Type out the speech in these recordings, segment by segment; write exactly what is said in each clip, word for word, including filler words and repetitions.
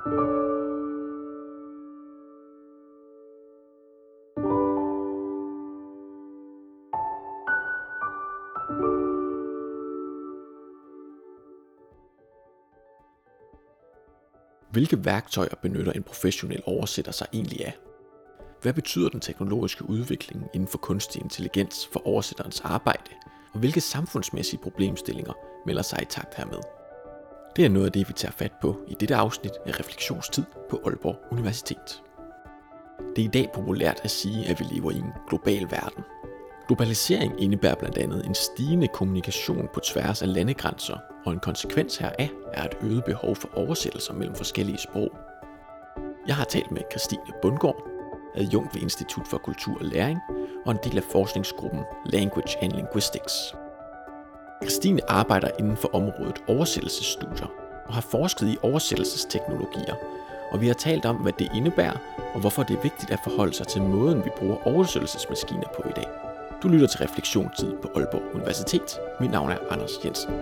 Hvilke værktøjer benytter en professionel oversætter sig egentlig af? Hvad betyder den teknologiske udvikling inden for kunstig intelligens for oversætterens arbejde? Og hvilke samfundsmæssige problemstillinger melder sig i takt hermed? Det er noget af det, vi tager fat på i dette afsnit af Refleksionstid på Aalborg Universitet. Det er i dag populært at sige, at vi lever i en global verden. Globalisering indebærer blandt andet en stigende kommunikation på tværs af landegrænser, og en konsekvens heraf er et øget behov for oversættelser mellem forskellige sprog. Jeg har talt med Christine Bundgaard, adjunkt ved Institut for Kultur og Læring, og en del af forskningsgruppen Language and Linguistics. Christine arbejder inden for området oversættelsesstudier og har forsket i oversættelsesteknologier, og vi har talt om, hvad det indebærer, og hvorfor det er vigtigt at forholde sig til måden, vi bruger oversættelsesmaskiner på i dag. Du lytter til Refleksionstid på Aalborg Universitet. Mit navn er Anders Jensen.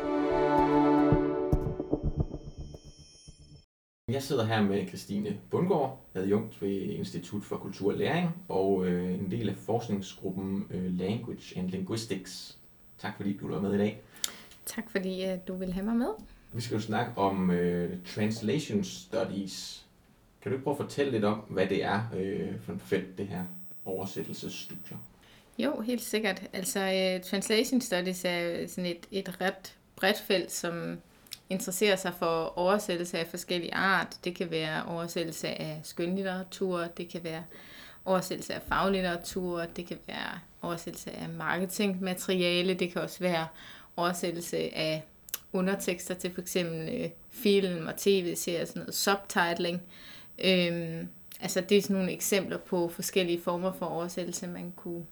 Jeg sidder her med Christine Bundgaard, adjunkt ved Institut for Kultur og Læring, og øh, en del af forskningsgruppen øh, Language and Linguistics. Tak fordi du var med i dag. Tak fordi uh, du vil have mig med. Vi skal jo snakke om øh, Translation Studies. Kan du ikke prøve at fortælle lidt om, hvad det er øh, for et felt, det her oversættelsesstudier? Jo, helt sikkert. Altså, uh, Translation Studies er sådan et, et ret bredt felt, som interesserer sig for oversættelse af forskellige art. Det kan være oversættelse af skønlitteratur, det kan være oversættelse af faglitteratur, det kan være oversættelse af marketingmateriale, det kan også være oversættelse af undertekster til f.eks. Øh, film og tv-serier, sådan noget subtitling. Øhm, altså det er sådan nogle eksempler på forskellige former for oversættelse, man kunne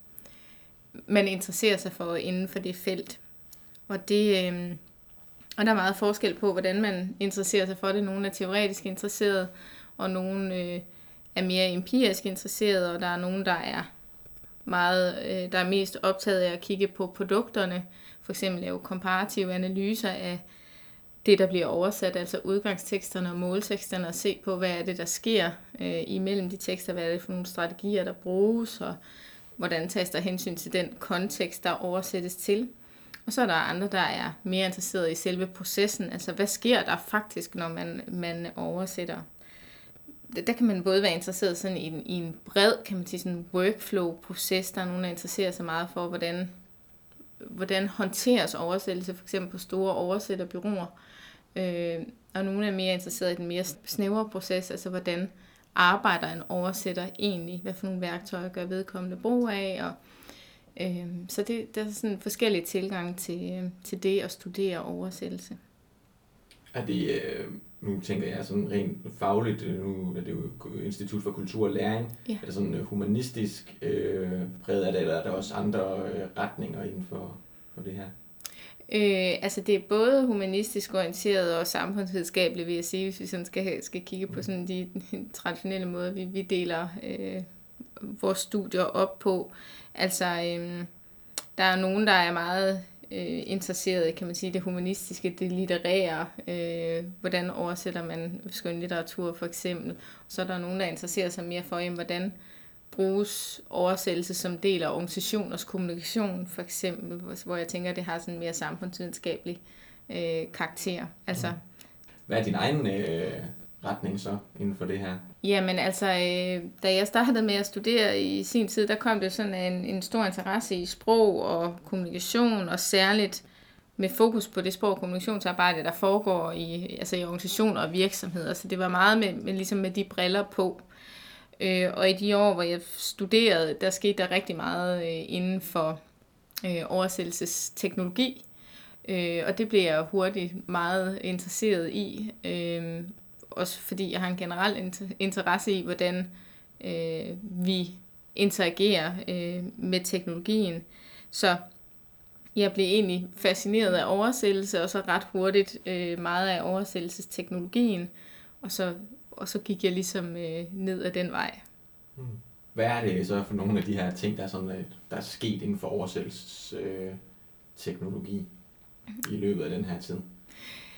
man interesserer sig for inden for det felt. Og det øh, og der er meget forskel på, hvordan man interesserer sig for det. Nogle er teoretisk interesserede, og nogle øh, er mere empirisk interesserede, og der er nogen, der er meget, øh, der er mest optaget af at kigge på produkterne, for eksempel lave komparative analyser af det, der bliver oversat, altså udgangsteksterne og målteksterne, og se på, hvad er det, der sker øh, imellem de tekster, hvad er det for nogle strategier, der bruges, og hvordan tages der hensyn til den kontekst, der oversættes til. Og så er der andre, der er mere interesseret i selve processen, altså hvad sker der faktisk, når man, man oversætter. Der kan man både være interesseret sådan i, en, i en bred, kan man sige, sådan workflow-proces. Der er nogen, der interesserer sig meget for, hvordan, hvordan håndteres oversættelse, for eksempel på store oversætterbureauer. Øh, og nogle er mere interesseret i den mere snævre proces, altså hvordan arbejder en oversætter egentlig, hvad for nogle værktøjer gør vedkommende brug af, og øh, så det, der er sådan forskellige tilgange til, til det at studere oversættelse. Er det, øh, nu tænker jeg sådan rent fagligt, nu er det jo Institut for Kultur og Læring, ja. Er det sådan humanistisk øh, præget af det, eller er der også andre øh, retninger inden for, for det her? Øh, altså det er både humanistisk orienteret og samfundsvidenskabeligt, vil jeg sige, hvis vi sådan skal, skal kigge på sådan de traditionelle måder, vi, vi deler øh, vores studier op på. Altså øh, der er nogen, der er meget øh, interesseret, kan man sige, det humanistiske, det litterære, øh, hvordan oversætter man skønlitteratur for eksempel. Så er der nogen, der interesserer sig mere for, jamen, hvordan bruges oversættelse som del af organisationers kommunikation, for eksempel, hvor jeg tænker, at det har sådan en mere samfundsvidenskabelig øh, karakter. Altså, hvad er din egen øh, retning så inden for det her? Jamen altså, øh, da jeg startede med at studere i sin tid, der kom det sådan en, en stor interesse i sprog og kommunikation, og særligt med fokus på det sprog- og kommunikationsarbejde, der foregår i, altså i organisationer og virksomheder. Så det var meget med, med, ligesom med de briller på. Øh, og i de år, hvor jeg studerede, der skete der rigtig meget øh, inden for øh, oversættelsesteknologi. Øh, og det blev jeg hurtigt meget interesseret i. Øh, også fordi jeg har en generel interesse i, hvordan øh, vi interagerer øh, med teknologien. Så jeg blev egentlig fascineret af oversættelse, og så ret hurtigt øh, meget af oversættelsesteknologien. Og så Og så gik jeg ligesom øh, ned ad den vej. Hvad er det så for nogle af de her ting, der er, sådan, der er sket inden for oversættelsesteknologi øh, i løbet af den her tid?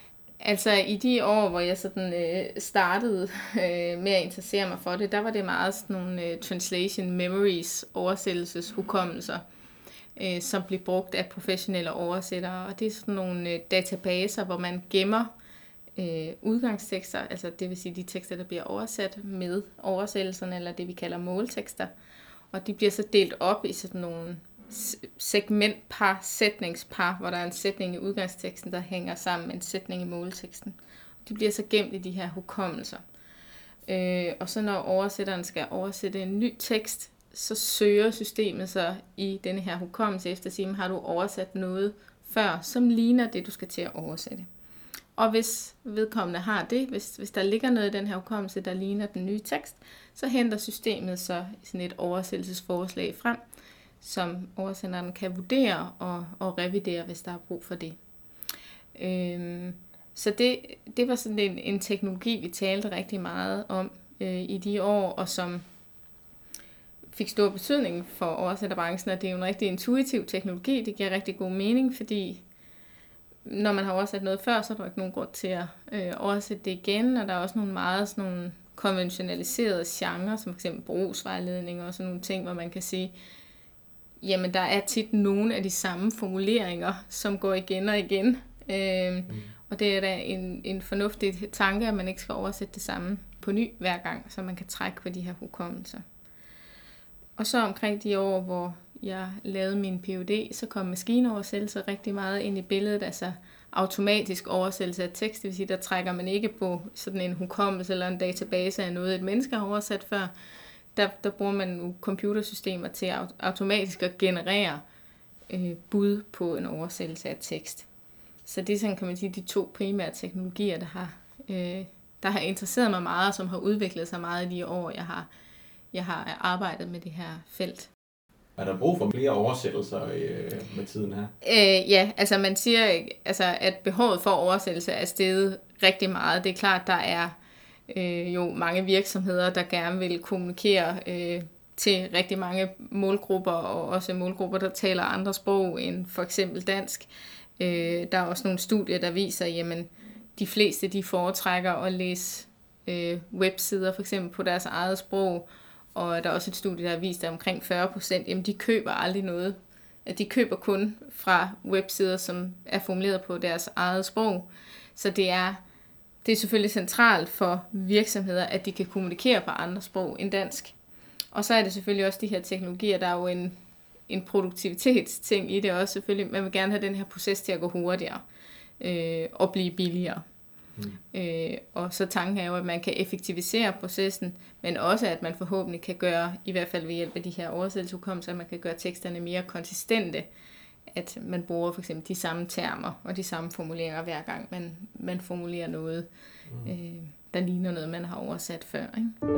Altså i de år, hvor jeg sådan øh, startede øh, med at interessere mig for det, der var det meget sådan nogle øh, translation memories, oversættelseshukommelser, øh, som blev brugt af professionelle oversættere. Og det er sådan nogle øh, databaser, hvor man gemmer øh, udgangstekster, altså det vil sige de tekster, der bliver oversat med oversættelserne, eller det vi kalder måltekster. Og de bliver så delt op i sådan nogle segmentpar, sætningspar, hvor der er en sætning i udgangsteksten, der hænger sammen med en sætning i målteksten. De bliver så gemt i de her hukommelser. Øh, og så når oversætteren skal oversætte en ny tekst, så søger systemet så i denne her hukommelse efter at sige, har du oversat noget før, som ligner det, du skal til at oversætte. Og hvis vedkommende har det, hvis, hvis der ligger noget i den her hukommelse, der ligner den nye tekst, så henter systemet så sådan et oversættelsesforslag frem, som oversætteren kan vurdere og, og revidere, hvis der er brug for det. Øhm, så det, det var sådan en, en teknologi, vi talte rigtig meget om øh, i de år, og som fik stor betydning for oversætterbranchen, og det er jo en rigtig intuitiv teknologi. Det giver rigtig god mening, fordi når man har oversat noget før, så er der ikke nogen grund til at øh, oversætte det igen, og der er også nogle meget sådan nogle konventionaliserede genrer, som f.eks. brugsvejledning og sådan nogle ting, hvor man kan sige, jamen der er tit nogle af de samme formuleringer, som går igen og igen. Øh, mm. Og det er da en, en fornuftig tanke, at man ikke skal oversætte det samme på ny hver gang, så man kan trække på de her hukommelser. Og så omkring de år, hvor jeg lavede min P H D, så kom maskinoversættelse rigtig meget ind i billedet, altså automatisk oversættelse af tekst, det vil sige, der trækker man ikke på sådan en hukommelse eller en database af noget, et menneske har oversat før. Der, der bruger man nu computersystemer til at automatisk at generere øh, bud på en oversættelse af tekst. Så det er sådan, kan man sige, de to primære teknologier, der har, øh, der har interesseret mig meget, og som har udviklet sig meget i de år, jeg har, jeg har arbejdet med det her felt. Er der brug for flere oversættelser øh, med tiden her? Øh, ja, altså man siger, altså, at behovet for oversættelse er steget rigtig meget. Det er klart, der er øh, jo mange virksomheder, der gerne vil kommunikere øh, til rigtig mange målgrupper, og også målgrupper, der taler andre sprog end for eksempel dansk. Øh, der er også nogle studier, der viser, jamen de fleste de foretrækker at læse øh, websider for eksempel på deres eget sprog, og der er også et studie, der har vist, at omkring fyrre procent, jamen de køber aldrig noget. De køber kun fra websider, som er formuleret på deres eget sprog. Så det er, det er selvfølgelig centralt for virksomheder, at de kan kommunikere på andre sprog end dansk. Og så er det selvfølgelig også de her teknologier, der er jo en, en produktivitetsting i det også selvfølgelig. Man vil gerne have den her proces til at gå hurtigere øh, og blive billigere. Mm. Øh, og så tanken er jo, at man kan effektivisere processen, men også at man forhåbentlig kan gøre, i hvert fald ved hjælp af de her oversættelseshukommelser, at man kan gøre teksterne mere konsistente, at man bruger for eksempel de samme termer og de samme formuleringer hver gang man, man formulerer noget, mm. øh, der ligner noget, man har oversat før, ikke?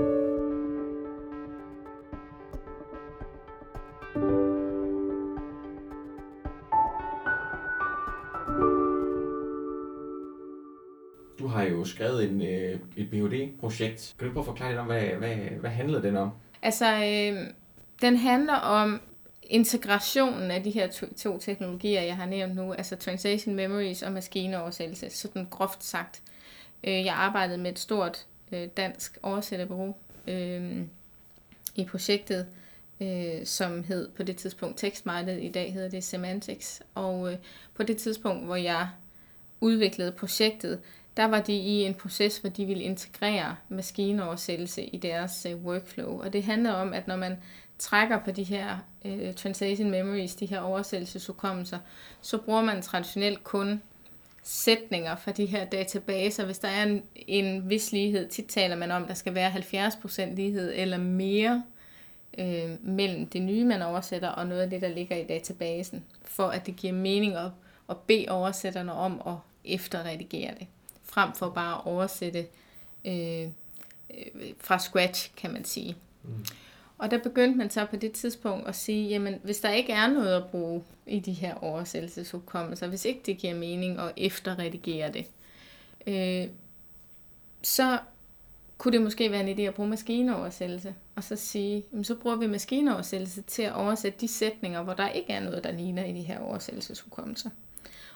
Du har jo skrevet en, øh, et P H D-projekt. Kan du prøve at forklare lidt om, hvad, hvad, hvad handler den om? Altså, øh, den handler om integrationen af de her to, to teknologier, jeg har nævnt nu, altså Translation Memories og maskinoversættelse, sådan groft sagt. Øh, jeg arbejdede med et stort øh, dansk oversætterbureau øh, i projektet, øh, som hed på det tidspunkt Tekstmarkedet, i dag hedder det Semantics. Og øh, på det tidspunkt, hvor jeg udviklede projektet, der var de i en proces, hvor de ville integrere maskinoversættelse i deres uh, workflow. Og det handler om, at når man trækker på de her uh, translation memories, de her oversættelseshukommelser, så bruger man traditionelt kun sætninger fra de her databaser. Hvis der er en, en vis lighed, tit taler man om, at der skal være halvfjerds procent lighed eller mere øh, mellem det nye, man oversætter, og noget af det, der ligger i databasen, for at det giver mening at, at bede oversætterne om at efterredigere det, frem for bare at oversætte øh, øh, fra scratch, kan man sige. Mm. Og der begyndte man så på det tidspunkt at sige, jamen hvis der ikke er noget at bruge i de her oversættelseshukommelser, hvis ikke det giver mening at efterredigere det, øh, så kunne det måske være en idé at bruge maskinoversættelse, og så sige, jamen, så bruger vi maskinoversættelse til at oversætte de sætninger, hvor der ikke er noget, der ligner i de her oversættelseshukommelser.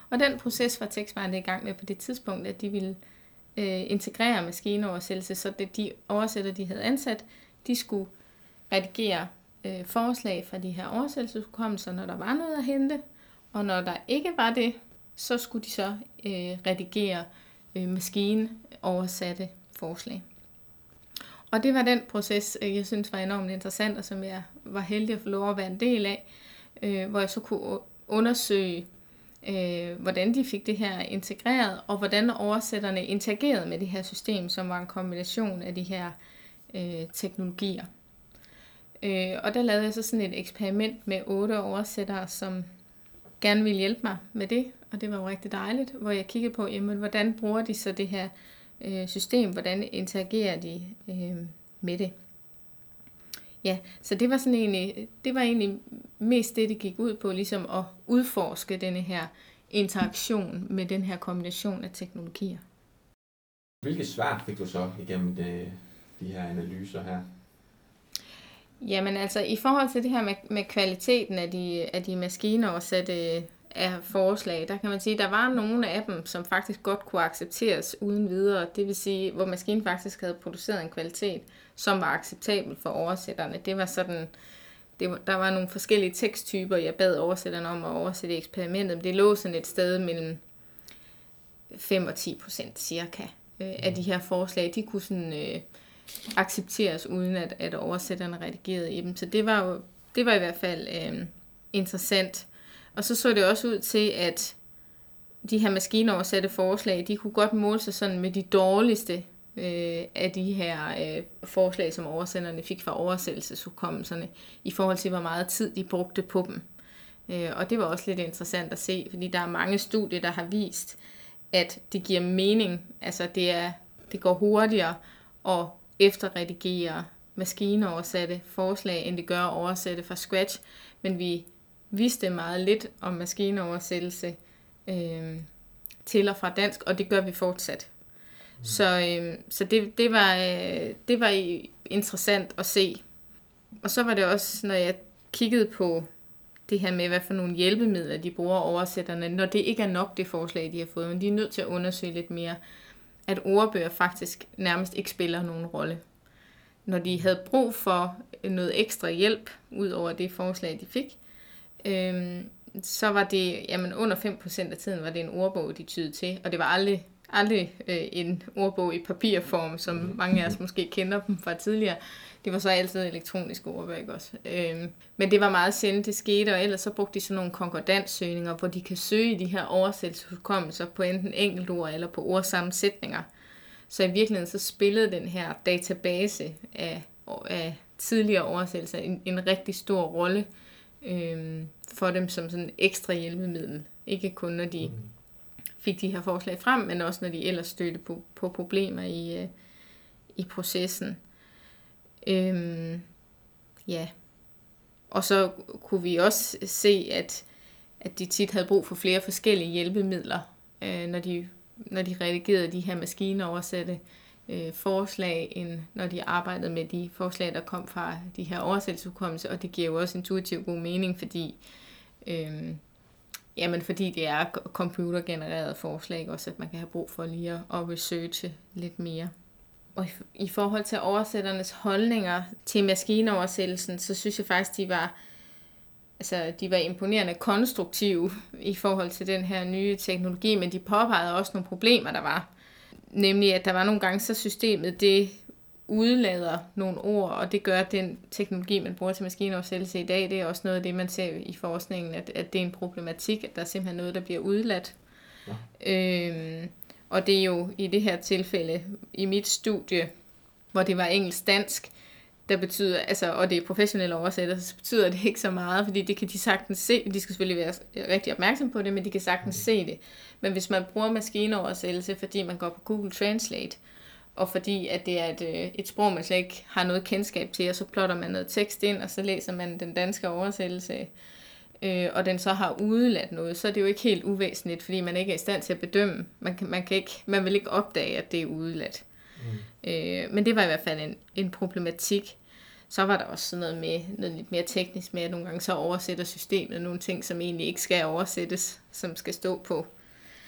Og den proces var tekstbehandlet i gang med på det tidspunkt, at de ville øh, integrere maskinoversættelse, så det de oversætter, de havde ansat, de skulle redigere øh, forslag fra de her oversættelseshukommelser, når der var noget at hente, og når der ikke var det, så skulle de så øh, redigere øh, maskinoversatte forslag. Og det var den proces, jeg synes var enormt interessant, og som jeg var heldig at få lov at være en del af, øh, hvor jeg så kunne undersøge, øh, hvordan de fik det her integreret, og hvordan oversætterne interagerede med det her system, som var en kombination af de her øh, teknologier. Øh, og der lavede jeg så sådan et eksperiment med otte oversættere, som gerne ville hjælpe mig med det, og det var jo rigtig dejligt, hvor jeg kiggede på, jamen, hvordan bruger de så det her øh, system, hvordan interagerer de øh, med det. Ja, så det var sådan egentlig, det var egentlig mest det, det gik ud på, ligesom at udforske denne her interaktion med den her kombination af teknologier. Hvilke svar fik du så igennem det, de her analyser her? Jamen altså, i forhold til det her med, med kvaliteten af de, af de maskinoversatte af forslag, der kan man sige, at der var nogle af dem, som faktisk godt kunne accepteres uden videre. Det vil sige, hvor maskinen faktisk havde produceret en kvalitet, som var acceptabel for oversætterne. Det var sådan, det var, der var nogle forskellige teksttyper, jeg bad oversætterne om at oversætte eksperimentet, men det lå sådan et sted mellem fem og ti procent cirka øh, af de her forslag. De kunne sådan øh, accepteres uden at, at oversætterne redigerede i dem. Så det var jo, det var i hvert fald øh, interessant. Og så så det også ud til, at de her maskinoversatte forslag, de kunne godt måle sig sådan med de dårligste øh, af de her øh, forslag, som oversætterne fik fra oversættelseshukommelserne, i forhold til, hvor meget tid de brugte på dem. Øh, og det var også lidt interessant at se, fordi der er mange studier, der har vist, at det giver mening. Altså det, er, det går hurtigere at efterredigere maskinoversatte forslag, end det gør at oversætte fra scratch. Men vi vidste meget lidt om maskinoversættelse øh, til og fra dansk, og det gør vi fortsat. Mm. Så, øh, så det, det, var, øh, det var interessant at se. Og så var det også, når jeg kiggede på det her med, hvad for nogle hjælpemidler de bruger oversætterne, når det ikke er nok det forslag, de har fået, men de er nødt til at undersøge lidt mere, at ordbøger faktisk nærmest ikke spiller nogen rolle. Når de havde brug for noget ekstra hjælp, ud over det forslag, de fik, øhm, så var det, jamen under fem procent af tiden var det en ordbog, de tydede til, og det var aldrig, aldrig øh, en ordbog i papirform, som mange af os måske kender dem fra tidligere. Det var så altid elektroniske ordbøger også. Øhm, men det var meget sjældent, det skete, og ellers så brugte de sådan nogle konkordanssøgninger, hvor de kan søge de her oversættelseshukommelser på enten enkeltord eller på ordsammensætninger. Så i virkeligheden så spillede den her database af, af tidligere oversættelser en, en rigtig stor rolle øhm, for dem som sådan en ekstra hjælpemiddel. Ikke kun når de fik de her forslag frem, men også når de ellers stødte på, på problemer i, øh, i processen. Øhm, ja. Og så kunne vi også se, at, at de tit havde brug for flere forskellige hjælpemidler, øh, når, de, når de redigerede de her maskinoversatte øh, forslag, end når de arbejdede med de forslag, der kom fra de her oversættelseshukommelser, og det giver jo også intuitivt god mening, fordi, øh, jamen fordi det er computergenererede forslag, også at man kan have brug for lige at, at researche lidt mere. Og i forhold til oversætternes holdninger til maskinoversættelsen, så synes jeg faktisk, de var, altså, de var imponerende konstruktive i forhold til den her nye teknologi, men de påpegede også nogle problemer, der var. Nemlig, at der var nogle gange, så systemet det udlader nogle ord, og det gør, at den teknologi, man bruger til maskinoversættelse i dag, det er også noget af det, man ser i forskningen, at, at det er en problematik, at der er simpelthen noget, der bliver udladt. Ja. Øhm, Og det er jo i det her tilfælde, i mit studie, hvor det var engelsk-dansk, der betyder, altså, og det er professionelle oversættelser, så betyder det ikke så meget, fordi det kan de sagtens se. De skal selvfølgelig være rigtig opmærksom på det, men de kan sagtens se det. Men hvis man bruger maskinoversættelse, fordi man går på Google Translate, og fordi at det er et, et sprog, man slet ikke har noget kendskab til, og så plotter man noget tekst ind, og så læser man den danske oversættelse, øh, og den så har udeladt noget, så er det jo ikke helt uvæsentligt, fordi man ikke er i stand til at bedømme. Man, kan, man, kan ikke, man vil ikke opdage, at det er udeladt. Mm. Øh, men det var i hvert fald en, en problematik. Så var der også sådan noget med noget lidt mere teknisk med, at nogle gange så oversætter systemet nogle ting, som egentlig ikke skal oversættes, som skal stå på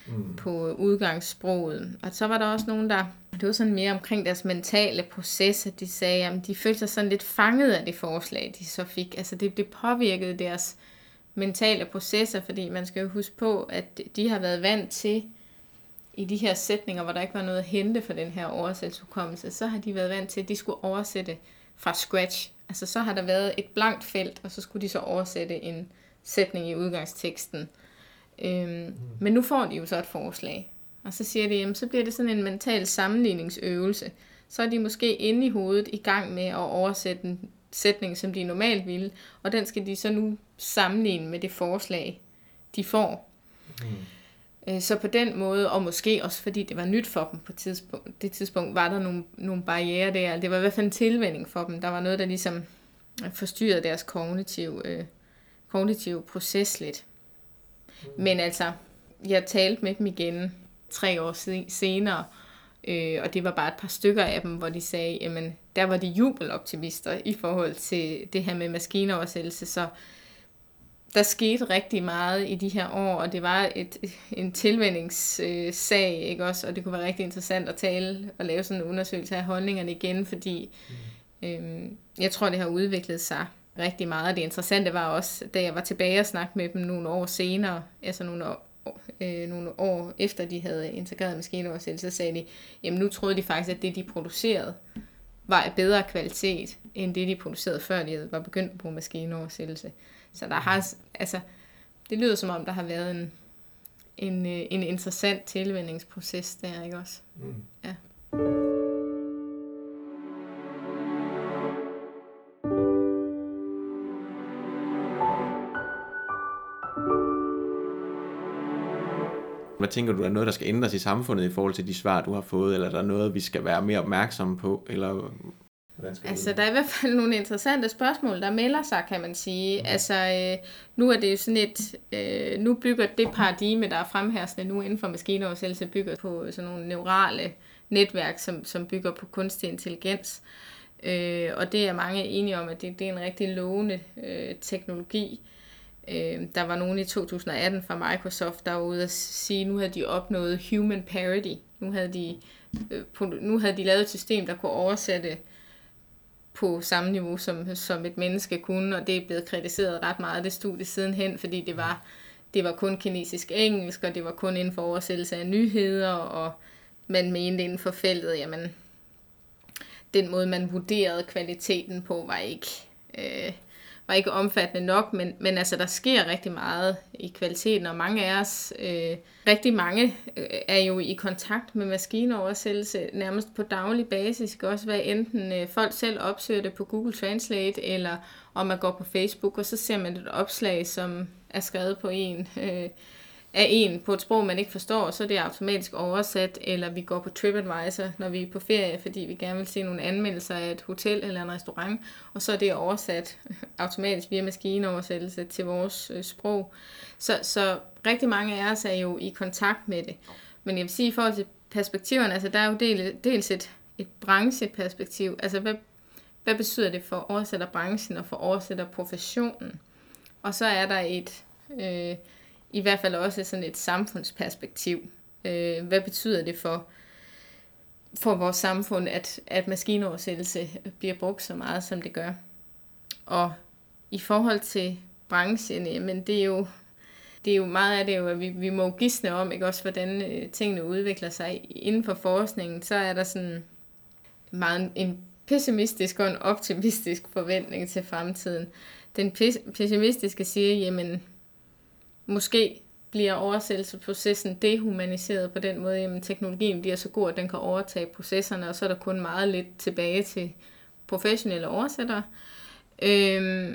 mm. på udgangssproget. Og så var der også nogen, der, det var sådan mere omkring deres mentale processer, de sagde, at de følte sig sådan lidt fanget af det forslag, de så fik. Altså det, det påvirkede deres mentale processer, fordi man skal jo huske på, at de har været vant til, i de her sætninger, hvor der ikke var noget at hente for den her oversættelseshukommelse, så har de været vant til, at de skulle oversætte fra scratch. Altså så har der været et blankt felt, og så skulle de så oversætte en sætning i udgangsteksten. Øhm, mm. Men nu får de jo så et forslag, og så siger de, jamen så bliver det sådan en mental sammenligningsøvelse. Så er de måske inde i hovedet i gang med at oversætte en sætning, som de normalt ville, og den skal de så nu sammenligne med det forslag, de får. Mm. Så på den måde, og måske også fordi det var nyt for dem på tidspunkt, det tidspunkt, var der nogle, nogle barrierer der. Det var i hvert fald en tilvænning for dem. Der var noget, der ligesom forstyrrede deres kognitive, øh, kognitive proces lidt. Mm. Men altså, jeg talte med dem igen tre år senere, øh, og det var bare et par stykker af dem, hvor de sagde, jamen, der var de jubeloptimister i forhold til det her med maskinoversættelse, så der skete rigtig meget i de her år, og det var et, en tilvændingssag, ikke også? Og det kunne være rigtig interessant at tale og lave sådan en undersøgelse af holdningerne igen, fordi mm. øhm, jeg tror, det har udviklet sig rigtig meget. Det interessante var også, da jeg var tilbage og snakkede med dem nogle år senere, altså nogle år, øh, nogle år efter de havde integreret maskinoversættelse, så sagde de, jamen nu troede de faktisk, at det, de producerede, var af bedre kvalitet, end det, de producerede, før de var begyndt på maskinoversættelse. Så der har, altså, det lyder som om, der har været en, en, en interessant tilvændingsproces der, ikke også? Mm. Ja. Hvad tænker du, er der noget, der skal ændres i samfundet i forhold til de svar, du har fået, eller er der noget, vi skal være mere opmærksomme på, eller... Altså, der er i hvert fald nogle interessante spørgsmål, der melder sig, kan man sige. Mm. Altså, øh, nu er det jo sådan et, øh, nu bygger det paradigme, der er fremherskende nu inden for maskinoversættelse, bygger på sådan nogle neurale netværk, som, som bygger på kunstig intelligens. Øh, og det er mange enige om, at det, det er en rigtig lovende øh, teknologi. Øh, der var nogen i to tusind og atten fra Microsoft, der var ude at sige, at nu havde de opnået human parity. Nu havde de, øh, på, nu havde de lavet et system, der kunne oversætte på samme niveau, som, som et menneske kunne, og det er blevet kritiseret ret meget, det studie sidenhen, fordi det var, det var kun kinesisk-engelsk, og det var kun inden for oversættelse af nyheder, og man mente inden for feltet, jamen, den måde, man vurderede kvaliteten på, var ikke, øh, var ikke omfattende nok, men, men altså, der sker rigtig meget i kvaliteten, og mange af os, øh, rigtig mange, øh, er jo i kontakt med maskinoversættelse nærmest på daglig basis, kan også være enten øh, folk selv opsøger det på Google Translate, eller om man går på Facebook, og så ser man et opslag, som er skrevet på en, øh, af en på et sprog, man ikke forstår, så er det automatisk oversat, eller vi går på TripAdvisor, når vi er på ferie, fordi vi gerne vil se nogle anmeldelser af et hotel eller en restaurant, og så er det oversat automatisk via maskinoversættelse til vores øh, sprog. Så, så rigtig mange af os er jo i kontakt med det. Men jeg vil sige, i forhold til perspektiverne, altså der er jo del, dels et, et brancheperspektiv, altså hvad, hvad betyder det for oversætterbranchen og for oversætterprofessionen? Og så er der et... Øh, i hvert fald også sådan et samfundsperspektiv. Øh, hvad betyder det for, for vores samfund, at, at maskinoversættelse bliver brugt så meget, som det gør? Og i forhold til branchen, men det er jo, det er jo meget af det, jo, at vi, vi må gisne om, ikke også, hvordan tingene udvikler sig inden for forskningen. Så er der sådan meget en pessimistisk og en optimistisk forventning til fremtiden. Den pessimistiske siger, jamen, måske bliver oversættelsesprocessen dehumaniseret på den måde, at teknologien bliver så god, at den kan overtage processerne, og så er der kun meget lidt tilbage til professionelle oversættere. Øhm,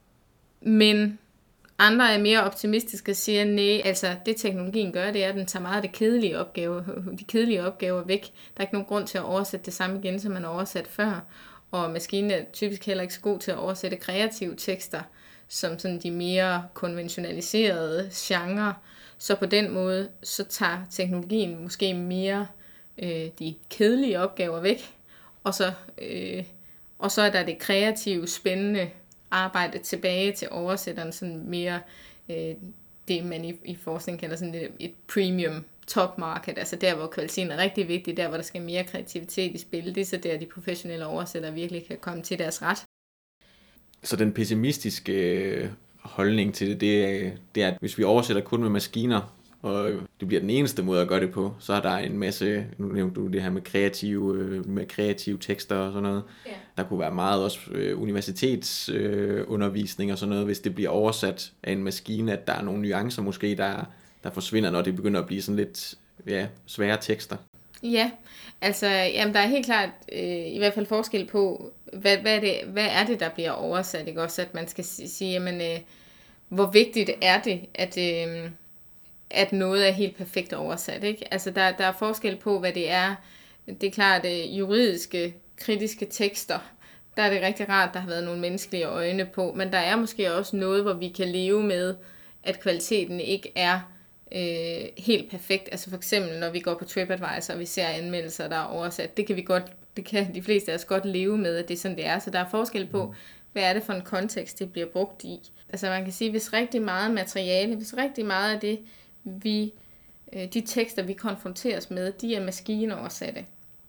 men andre er mere optimistiske og siger, nej, altså det teknologien gør, det er, at den tager meget af det kedelige opgave, de kedelige opgaver væk. Der er ikke nogen grund til at oversætte det samme igen, som man har oversat før, og maskinen er typisk heller ikke så god til at oversætte kreative tekster, som sådan de mere konventionaliserede genre. Så på den måde, så tager teknologien måske mere øh, de kedelige opgaver væk, og så, øh, og så er der det kreative, spændende arbejde tilbage til oversætteren, sådan mere øh, det, man i, i forskning kalder sådan et, et premium top market, altså der, hvor kvaliteten er rigtig vigtig, der, hvor der skal mere kreativitet i spil, det er så der, de professionelle oversættere virkelig kan komme til deres ret. Så den pessimistiske holdning til det, det er, det er, at hvis vi oversætter kun med maskiner, og det bliver den eneste måde at gøre det på, så er der en masse, nu nævnte du det her med kreative, med kreative tekster og sådan noget. Yeah. Der kunne være meget også øh, universitetsundervisning øh, og sådan noget, hvis det bliver oversat af en maskine, at der er nogle nuancer måske, der, der forsvinder, når det begynder at blive sådan lidt ja, svære tekster. Ja, altså jamen, der er helt klart øh, i hvert fald forskel på, hvad, hvad, er det, hvad er det, der bliver oversat, ikke også? At man skal sige, jamen, øh, hvor vigtigt er det, at... Øh, at noget er helt perfekt oversat, ikke? Altså, der, der er forskel på, hvad det er. Det er klart, at juridiske, kritiske tekster, der er det rigtig rart, der har været nogle menneskelige øjne på, men der er måske også noget, hvor vi kan leve med, at kvaliteten ikke er øh, helt perfekt. Altså for eksempel, når vi går på TripAdvisor, og vi ser anmeldelser, der er oversat, det kan vi godt, det kan de fleste af os godt leve med, at det er sådan, det er. Så der er forskel på, hvad er det for en kontekst, det bliver brugt i. Altså man kan sige, hvis rigtig meget materiale, hvis rigtig meget af det, vi, de tekster, vi konfronteres med, de er maskinoversatte.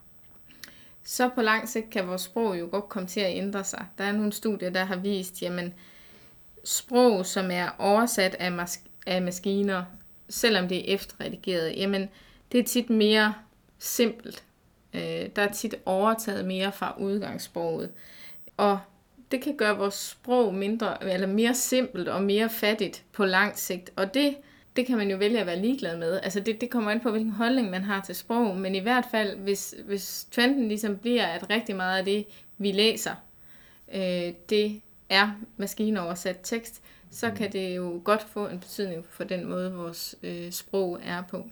Så på lang sigt kan vores sprog jo godt komme til at ændre sig. Der er nogle studier, der har vist, jamen, sprog, som er oversat af, mas- af maskiner, selvom det er efterredigeret, jamen, det er tit mere simpelt. Øh, der er tit overtaget mere fra udgangssproget. Og det kan gøre vores sprog mindre, eller mere simpelt og mere fattigt på lang sigt. Og det Det kan man jo vælge at være ligeglad med. Altså det, det kommer an på, hvilken holdning man har til sprog. Men i hvert fald, hvis, hvis trenden ligesom bliver, at rigtig meget af det, vi læser, øh, det er maskinoversat tekst, så kan det jo godt få en betydning for den måde, vores øh, sprog er på.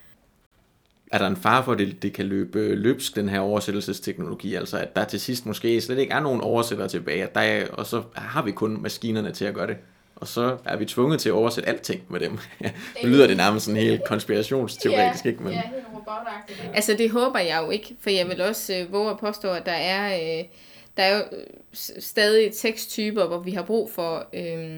Er der en fare for, at det, det kan løbe løbsk, den her oversættelsesteknologi? Altså at der til sidst måske slet ikke er nogen oversættere tilbage, at der er, og så har vi kun maskinerne til at gøre det? Og så er vi tvunget til at oversætte alting med dem. Nu lyder det nærmest sådan helt konspirationsteoretisk, ikke? Men... Ja, helt robotagtigt. Altså det håber jeg jo ikke, for jeg vil også øh, våge at påstå, at der er, øh, der er jo stadig teksttyper, hvor vi har brug for øh,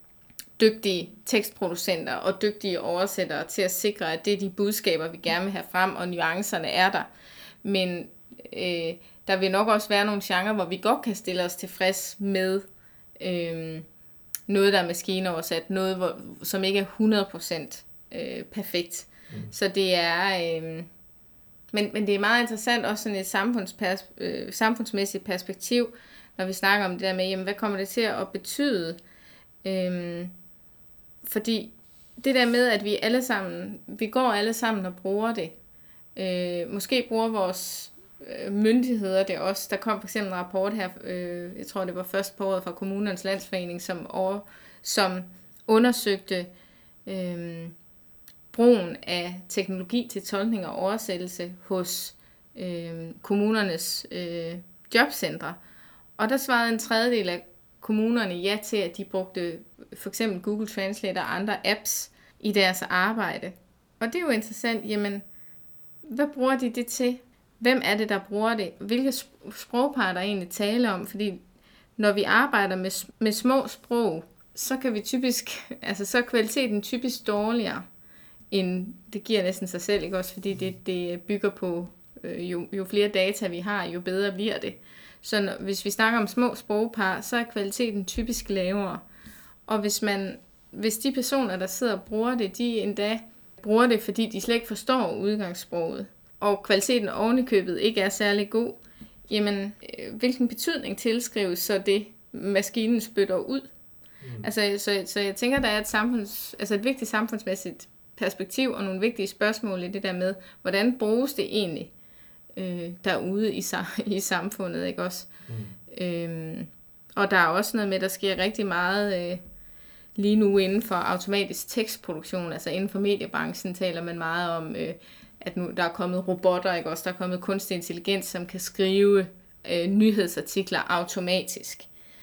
dygtige tekstproducenter og dygtige oversættere til at sikre, at det er de budskaber, vi gerne vil have frem, og nuancerne er der. Men øh, der vil nok også være nogle genrer, hvor vi godt kan stille os tilfreds med... Øh, noget, der er maskinoversat, noget, hvor, som ikke er hundrede procent øh, perfekt. Mm. Så det er... Øh, men, men det er meget interessant, også sådan et samfundspers- øh, samfundsmæssigt perspektiv, når vi snakker om det der med, jamen, hvad kommer det til at betyde? Øh, fordi det der med, at vi alle sammen, vi går alle sammen og bruger det. Øh, måske bruger vores myndigheder det også. Der kom for eksempel en rapport her, øh, jeg tror det var først på året fra Kommunernes Landsforening, som, over, som undersøgte øh, brugen af teknologi til tolkning og oversættelse hos øh, kommunernes øh, jobcentre. Og der svarede en tredjedel af kommunerne ja til, at de brugte for eksempel Google Translate og andre apps i deres arbejde. Og det er jo interessant, jamen, hvad bruger de det til? Hvem er det, der bruger det? Hvilke sprogpar der egentlig tale om? Fordi når vi arbejder med, med små sprog, så kan vi typisk, altså så er kvaliteten typisk dårligere, end det giver næsten sig selv, ikke også? Fordi det, det bygger på, øh, jo, jo flere data vi har, jo bedre bliver det. Så når, hvis vi snakker om små sprogpar, så er kvaliteten typisk lavere. Og hvis man, hvis de personer, der sidder og bruger det, de endda bruger det, fordi de slet ikke forstår udgangssproget, og kvaliteten oven i købet ikke er særlig god, jamen, øh, hvilken betydning tilskrives så det, maskinen spytter ud? Mm. Altså, så, så jeg tænker, der er et, samfunds, altså et vigtigt samfundsmæssigt perspektiv, og nogle vigtige spørgsmål i det der med, hvordan bruges det egentlig øh, derude i, i samfundet, ikke også? Mm. Øhm, og der er også noget med, der sker rigtig meget øh, lige nu inden for automatisk tekstproduktion, altså inden for mediebranchen taler man meget om, øh, at nu der er kommet robotter, ikke også? Der er kommet kunstig intelligens, som kan skrive øh, nyhedsartikler automatisk.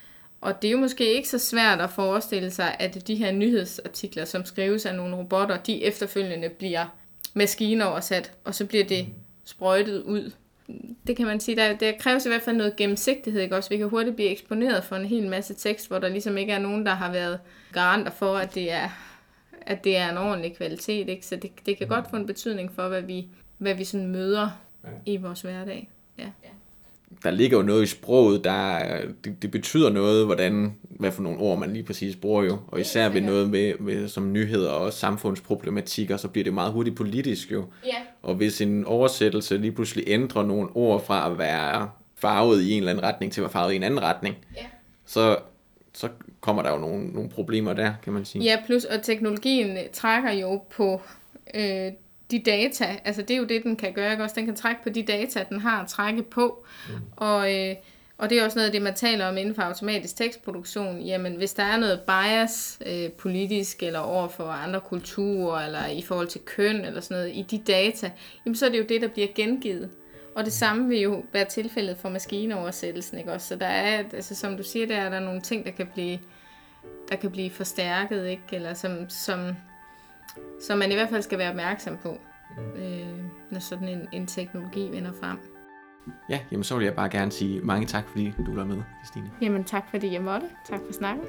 Og det er jo måske ikke så svært at forestille sig, at de her nyhedsartikler, som skrives af nogle robotter, de efterfølgende bliver maskinoversat, og så bliver det sprøjtet ud. Det kan man sige, der, der kræves i hvert fald noget gennemsigtighed, ikke også? Vi kan hurtigt blive eksponeret for en hel masse tekst, hvor der ligesom ikke er nogen, der har været garanter for, at det er, at det er en ordentlig kvalitet, ikke? Så det, det kan godt få en betydning for, hvad vi, hvad vi sådan møder ja. i vores hverdag. Ja. Der ligger jo noget i sproget, der det, det betyder noget, hvordan, hvad for nogle ord man lige præcis bruger jo, og især ved noget med, med som nyheder og samfundsproblematikker, så bliver det meget hurtigt politisk jo. Ja. Og hvis en oversættelse lige pludselig ændrer nogle ord fra at være farvet i en eller anden retning til at være farvet i en anden retning, ja. så, så kommer der jo nogle, nogle problemer der, kan man sige. Ja, plus og teknologien trækker jo på øh, de data, altså det er jo det, den kan gøre, ikke også? Den kan trække på de data, den har at trække på, mm. og, øh, og det er også noget af det, man taler om inden for automatisk tekstproduktion. Jamen, hvis der er noget bias øh, politisk, eller over for andre kulturer, eller i forhold til køn, eller sådan noget, i de data, jamen så er det jo det, der bliver gengivet. Og det samme vil jo være tilfældet for maskineoversættelsen, ikke også? Så der er, altså som du siger, der er der nogle ting, der kan blive, der kan blive forstærket, ikke? Eller som, som, som man i hvert fald skal være opmærksom på, øh, når sådan en, en teknologi vender frem. Ja, jamen så vil jeg bare gerne sige mange tak, fordi du var med, Christine. Jamen tak, fordi jeg måtte. Tak for snakken.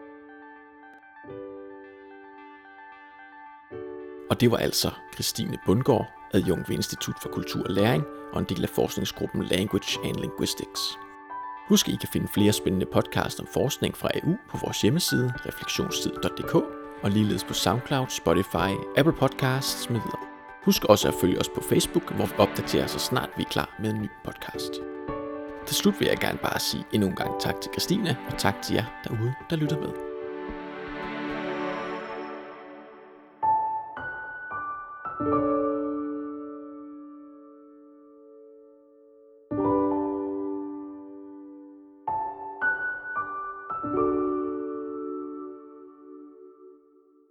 Og det var altså Christine Bundgaard, adjunkt ved Institut for Kultur og Læring og en del af forskningsgruppen Language and Linguistics. Husk, at I kan finde flere spændende podcasts om forskning fra A U på vores hjemmeside refleksionstid punktum d k og ligeledes på SoundCloud, Spotify, Apple Podcasts med videre. Husk også at følge os på Facebook, hvor vi opdaterer så snart vi er klar med en ny podcast. Til slut vil jeg gerne bare sige endnu en gang tak til Christine og tak til jer derude, der lytter med.